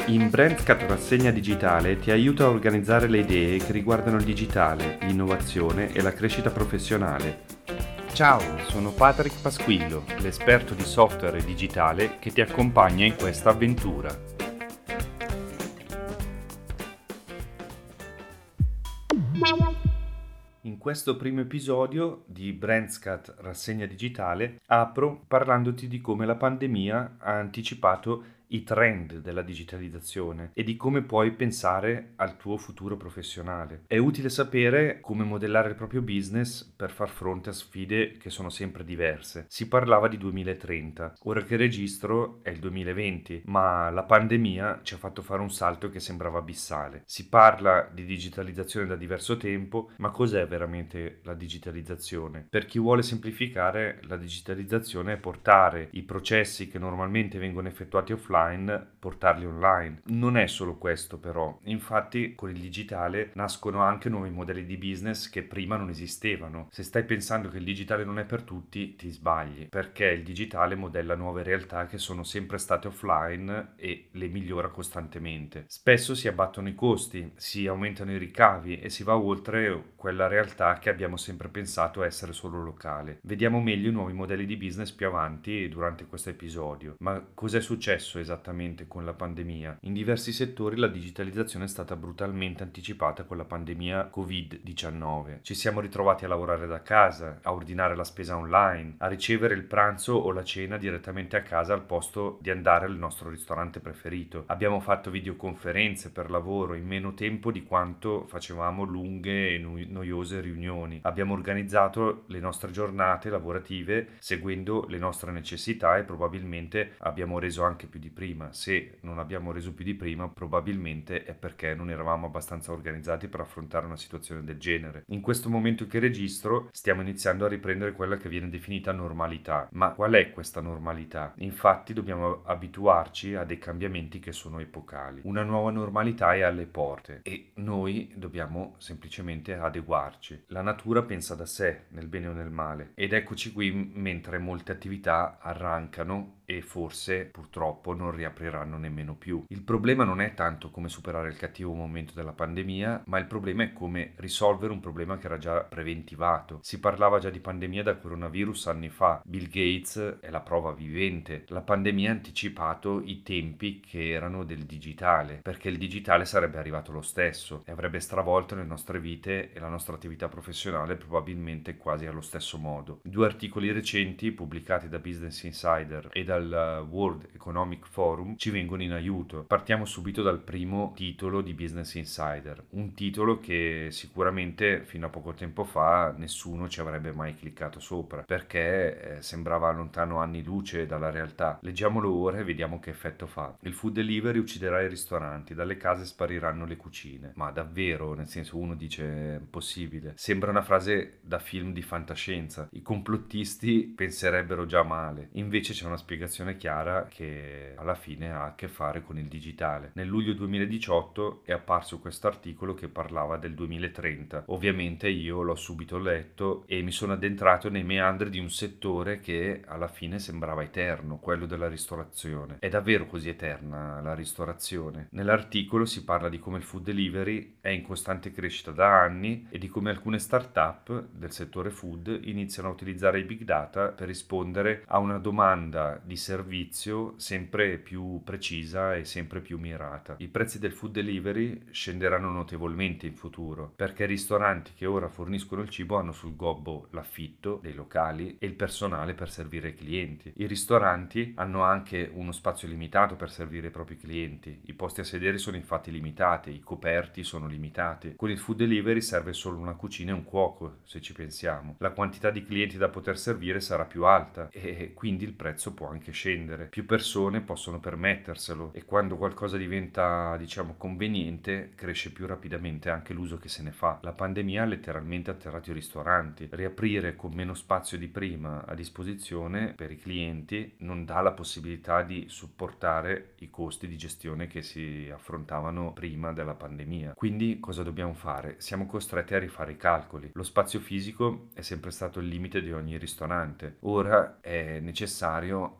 In Brandscat Rassegna Digitale ti aiuta a organizzare le idee che riguardano il digitale, l'innovazione e la crescita professionale. Ciao, sono Patrick Pasquillo, l'esperto di software digitale che ti accompagna in questa avventura. In questo primo episodio di Brandscat Rassegna Digitale apro parlandoti di come la pandemia ha anticipato i trend della digitalizzazione e di come puoi pensare al tuo futuro professionale. È utile sapere come modellare il proprio business per far fronte a sfide che sono sempre diverse. Si parlava di 2030, ora che registro è il 2020, ma la pandemia ci ha fatto fare un salto che sembrava abissale. Si parla di digitalizzazione da diverso tempo, ma cos'è veramente la digitalizzazione? Per chi vuole semplificare, la digitalizzazione è portare i processi che normalmente vengono effettuati offline, portarli online. Non è solo questo però, infatti con il digitale nascono anche nuovi modelli di business che prima non esistevano. Se stai pensando che il digitale non è per tutti, ti sbagli, perché il digitale modella nuove realtà che sono sempre state offline e le migliora costantemente. Spesso si abbattono i costi, si aumentano i ricavi e si va oltre quella realtà che abbiamo sempre pensato essere solo locale. Vediamo meglio i nuovi modelli di business più avanti durante questo episodio. Ma cos'è successo esattamente con la pandemia? In diversi settori la digitalizzazione è stata brutalmente anticipata con la pandemia Covid-19. Ci siamo ritrovati a lavorare da casa, a ordinare la spesa online, a ricevere il pranzo o la cena direttamente a casa al posto di andare al nostro ristorante preferito. Abbiamo fatto videoconferenze per lavoro in meno tempo di quanto facevamo lunghe e noiose riunioni. Abbiamo organizzato le nostre giornate lavorative seguendo le nostre necessità e probabilmente abbiamo reso anche più di prima. Se non abbiamo reso più di prima, probabilmente è perché non eravamo abbastanza organizzati per affrontare una situazione del genere. In questo momento che registro, stiamo iniziando a riprendere quella che viene definita normalità. Ma qual è questa normalità? Infatti dobbiamo abituarci a dei cambiamenti che sono epocali. Una nuova normalità è alle porte e noi dobbiamo semplicemente adeguarci. La natura pensa da sé, nel bene o nel male. Ed eccoci qui mentre molte attività arrancano e forse purtroppo non riapriranno nemmeno più. Il problema non è tanto come superare il cattivo momento della pandemia, ma il problema è come risolvere un problema che era già preventivato. Si parlava già di pandemia da coronavirus anni fa. Bill Gates è la prova vivente. La pandemia ha anticipato i tempi che erano del digitale, perché il digitale sarebbe arrivato lo stesso e avrebbe stravolto le nostre vite e la nostra attività professionale probabilmente quasi allo stesso modo. Due articoli recenti pubblicati da Business Insider e dal World Economic Forum ci vengono in aiuto. Partiamo subito dal primo titolo di Business Insider, un titolo che sicuramente fino a poco tempo fa nessuno ci avrebbe mai cliccato sopra, perché sembrava lontano anni luce dalla realtà. Leggiamolo ora e vediamo che effetto fa. Il food delivery ucciderà i ristoranti, dalle case spariranno le cucine. Ma davvero, nel senso, uno dice è possibile. Sembra una frase da film di fantascienza. I complottisti penserebbero già male. Invece c'è una spiegazione chiara che alla fine ha a che fare con il digitale. Nel luglio 2018 è apparso questo articolo che parlava del 2030. Ovviamente io l'ho subito letto e mi sono addentrato nei meandri di un settore che alla fine sembrava eterno, quello della ristorazione. È davvero così eterna la ristorazione? Nell'articolo si parla di come il food delivery è in costante crescita da anni e di come alcune start-up del settore food iniziano a utilizzare i big data per rispondere a una domanda di servizio sempre più precisa e sempre più mirata. I prezzi del food delivery scenderanno notevolmente in futuro perché i ristoranti che ora forniscono il cibo hanno sul gobbo l'affitto dei locali e il personale per servire i clienti. I ristoranti hanno anche uno spazio limitato per servire i propri clienti. I posti a sedere sono infatti limitati, i coperti sono limitati. Con il food delivery serve solo una cucina e un cuoco, se ci pensiamo. La quantità di clienti da poter servire sarà più alta e quindi il prezzo può anche scendere. Più persone possono permetterselo e quando qualcosa diventa, diciamo, conveniente, cresce più rapidamente anche l'uso che se ne fa. La pandemia ha letteralmente atterrato i ristoranti. Riaprire con meno spazio di prima a disposizione per i clienti non dà la possibilità di supportare i costi di gestione che si affrontavano prima della pandemia. Quindi cosa dobbiamo fare? Siamo costretti a rifare i calcoli. Lo spazio fisico è sempre stato il limite di ogni ristorante. Ora è necessario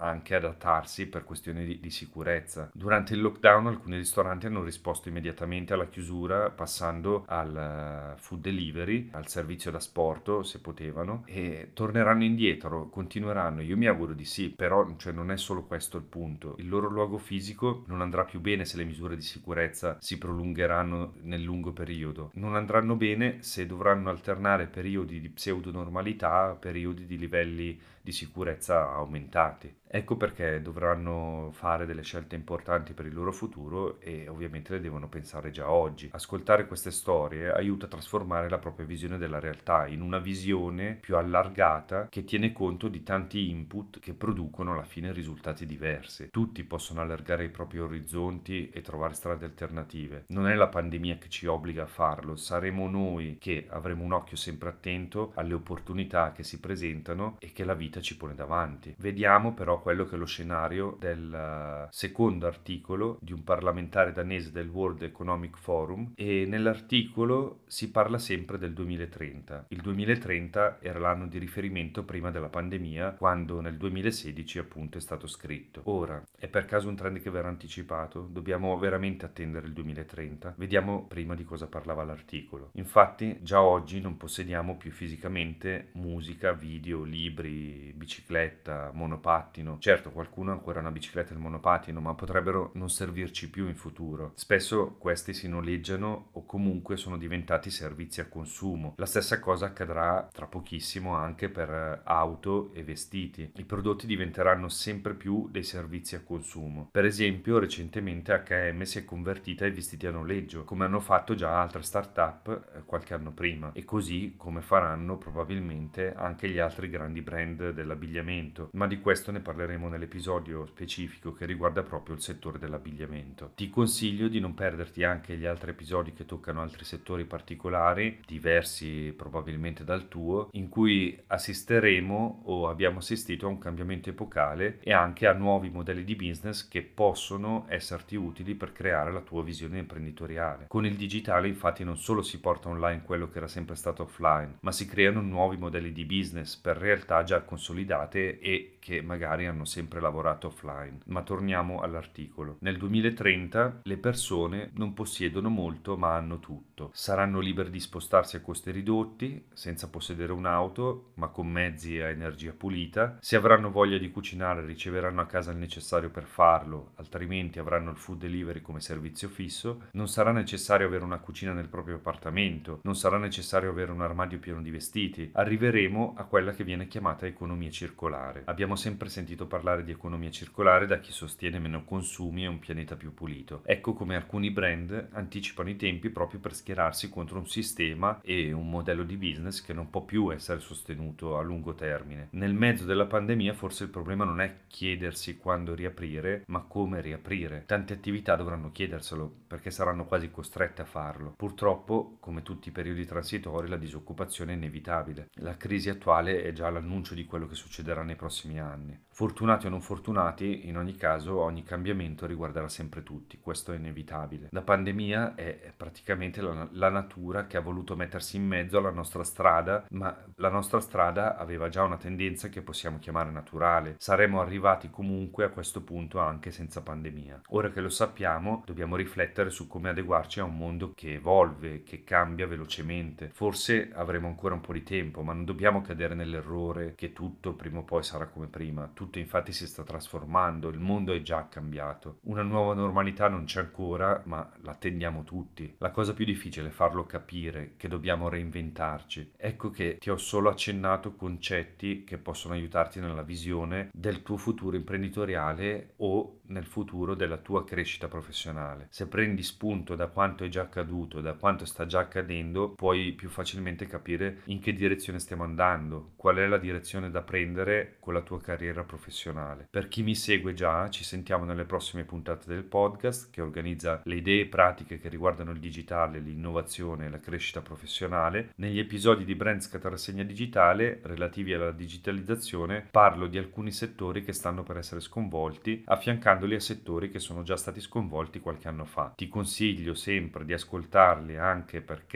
anche adattarsi per questioni di sicurezza. Durante il lockdown alcuni ristoranti hanno risposto immediatamente alla chiusura passando al food delivery, al servizio da asporto se potevano, e torneranno indietro, continueranno. Io mi auguro di sì, però cioè, non è solo questo il punto. Il loro luogo fisico non andrà più bene se le misure di sicurezza si prolungheranno nel lungo periodo. Non andranno bene se dovranno alternare periodi di pseudonormalità a periodi di livelli di sicurezza aumentati. Ecco perché dovranno fare delle scelte importanti per il loro futuro e ovviamente le devono pensare già oggi. Ascoltare queste storie aiuta a trasformare la propria visione della realtà in una visione più allargata che tiene conto di tanti input che producono alla fine risultati diversi. Tutti possono allargare i propri orizzonti e trovare strade alternative. Non è la pandemia che ci obbliga a farlo, saremo noi che avremo un occhio sempre attento alle opportunità che si presentano e che la vita ci pone davanti. Vediamo però quello che è lo scenario del secondo articolo di un parlamentare danese del World Economic Forum, e nell'articolo si parla sempre del 2030. Il 2030 era l'anno di riferimento prima della pandemia, quando nel 2016 appunto è stato scritto. Ora, è per caso un trend che verrà anticipato? Dobbiamo veramente attendere il 2030? Vediamo prima di cosa parlava l'articolo. Infatti, già oggi non possediamo più fisicamente musica, video, libri, bicicletta, monopattino. Certo, qualcuno ha ancora una bicicletta e il monopattino, ma potrebbero non servirci più in futuro. Spesso questi si noleggiano o comunque sono diventati servizi a consumo. La stessa cosa accadrà tra pochissimo anche per auto e vestiti. I prodotti diventeranno sempre più dei servizi a consumo. Per esempio, recentemente H&M si è convertita ai vestiti a noleggio, come hanno fatto già altre start-up qualche anno prima, e così come faranno probabilmente anche gli altri grandi brand dell'abbigliamento, ma di questo ne parleremo nell'episodio specifico che riguarda proprio il settore dell'abbigliamento. Ti consiglio di non perderti anche gli altri episodi che toccano altri settori particolari, diversi probabilmente dal tuo, in cui assisteremo o abbiamo assistito a un cambiamento epocale e anche a nuovi modelli di business che possono esserti utili per creare la tua visione imprenditoriale. Con il digitale infatti non solo si porta online quello che era sempre stato offline, ma si creano nuovi modelli di business per realtà già consolidate e che magari hanno sempre lavorato offline. Ma torniamo all'articolo. Nel 2030 le persone non possiedono molto ma hanno tutto. Saranno liberi di spostarsi a costi ridotti, senza possedere un'auto, ma con mezzi a energia pulita. Se avranno voglia di cucinare riceveranno a casa il necessario per farlo, altrimenti avranno il food delivery come servizio fisso. Non sarà necessario avere una cucina nel proprio appartamento, non sarà necessario avere un armadio pieno di vestiti. Arriveremo a quella che viene chiamata economia circolare. Abbiamo sempre sentito parlare di economia circolare da chi sostiene meno consumi e un pianeta più pulito. Ecco come alcuni brand anticipano i tempi proprio per schierarsi contro un sistema e un modello di business che non può più essere sostenuto a lungo termine. Nel mezzo della pandemia forse il problema non è chiedersi quando riaprire, ma come riaprire. Tante attività dovranno chiederselo perché saranno quasi costrette a farlo. Purtroppo, come tutti i periodi transitori, la disoccupazione è inevitabile. La crisi attuale è già l'annuncio di quello che succederà nei prossimi anni. Fortunati o non fortunati, in ogni caso ogni cambiamento riguarderà sempre tutti, questo è inevitabile. La pandemia è praticamente la natura che ha voluto mettersi in mezzo alla nostra strada, ma la nostra strada aveva già una tendenza che possiamo chiamare naturale. Saremmo arrivati comunque a questo punto anche senza pandemia. Ora che lo sappiamo, dobbiamo riflettere su come adeguarci a un mondo che evolve, che cambia velocemente. Forse avremo ancora un po' di tempo, ma non dobbiamo cadere nell'errore che tutto prima o poi sarà come prima. Tutto infatti si sta trasformando, il mondo è già cambiato. Una nuova normalità non c'è ancora, ma l'attendiamo tutti. La cosa più difficile è farlo capire che dobbiamo reinventarci. Ecco che ti ho solo accennato concetti che possono aiutarti nella visione del tuo futuro imprenditoriale o nel futuro della tua crescita professionale. Se prendi spunto da quanto è già accaduto, da quanto sta già accadendo, puoi più facilmente capire in che direzione stiamo andando, qual è la direzione da prendere con la tua carriera professionale. Per chi mi segue già, ci sentiamo nelle prossime puntate del podcast che organizza le idee pratiche che riguardano il digitale, l'innovazione e la crescita professionale. Negli episodi di Brandscat Rassegna Digitale relativi alla digitalizzazione parlo di alcuni settori che stanno per essere sconvolti, affiancandoli a settori che sono già stati sconvolti qualche anno fa. Ti consiglio sempre di ascoltarli anche perché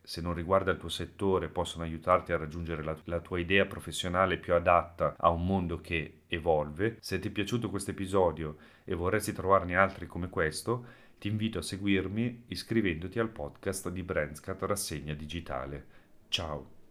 se non riguarda il tuo settore, possono aiutarti a raggiungere la tua idea professionale più adatta a un mondo che evolve. Se ti è piaciuto questo episodio e vorresti trovarne altri come questo, ti invito a seguirmi iscrivendoti al podcast di Brandscat Rassegna Digitale. Ciao!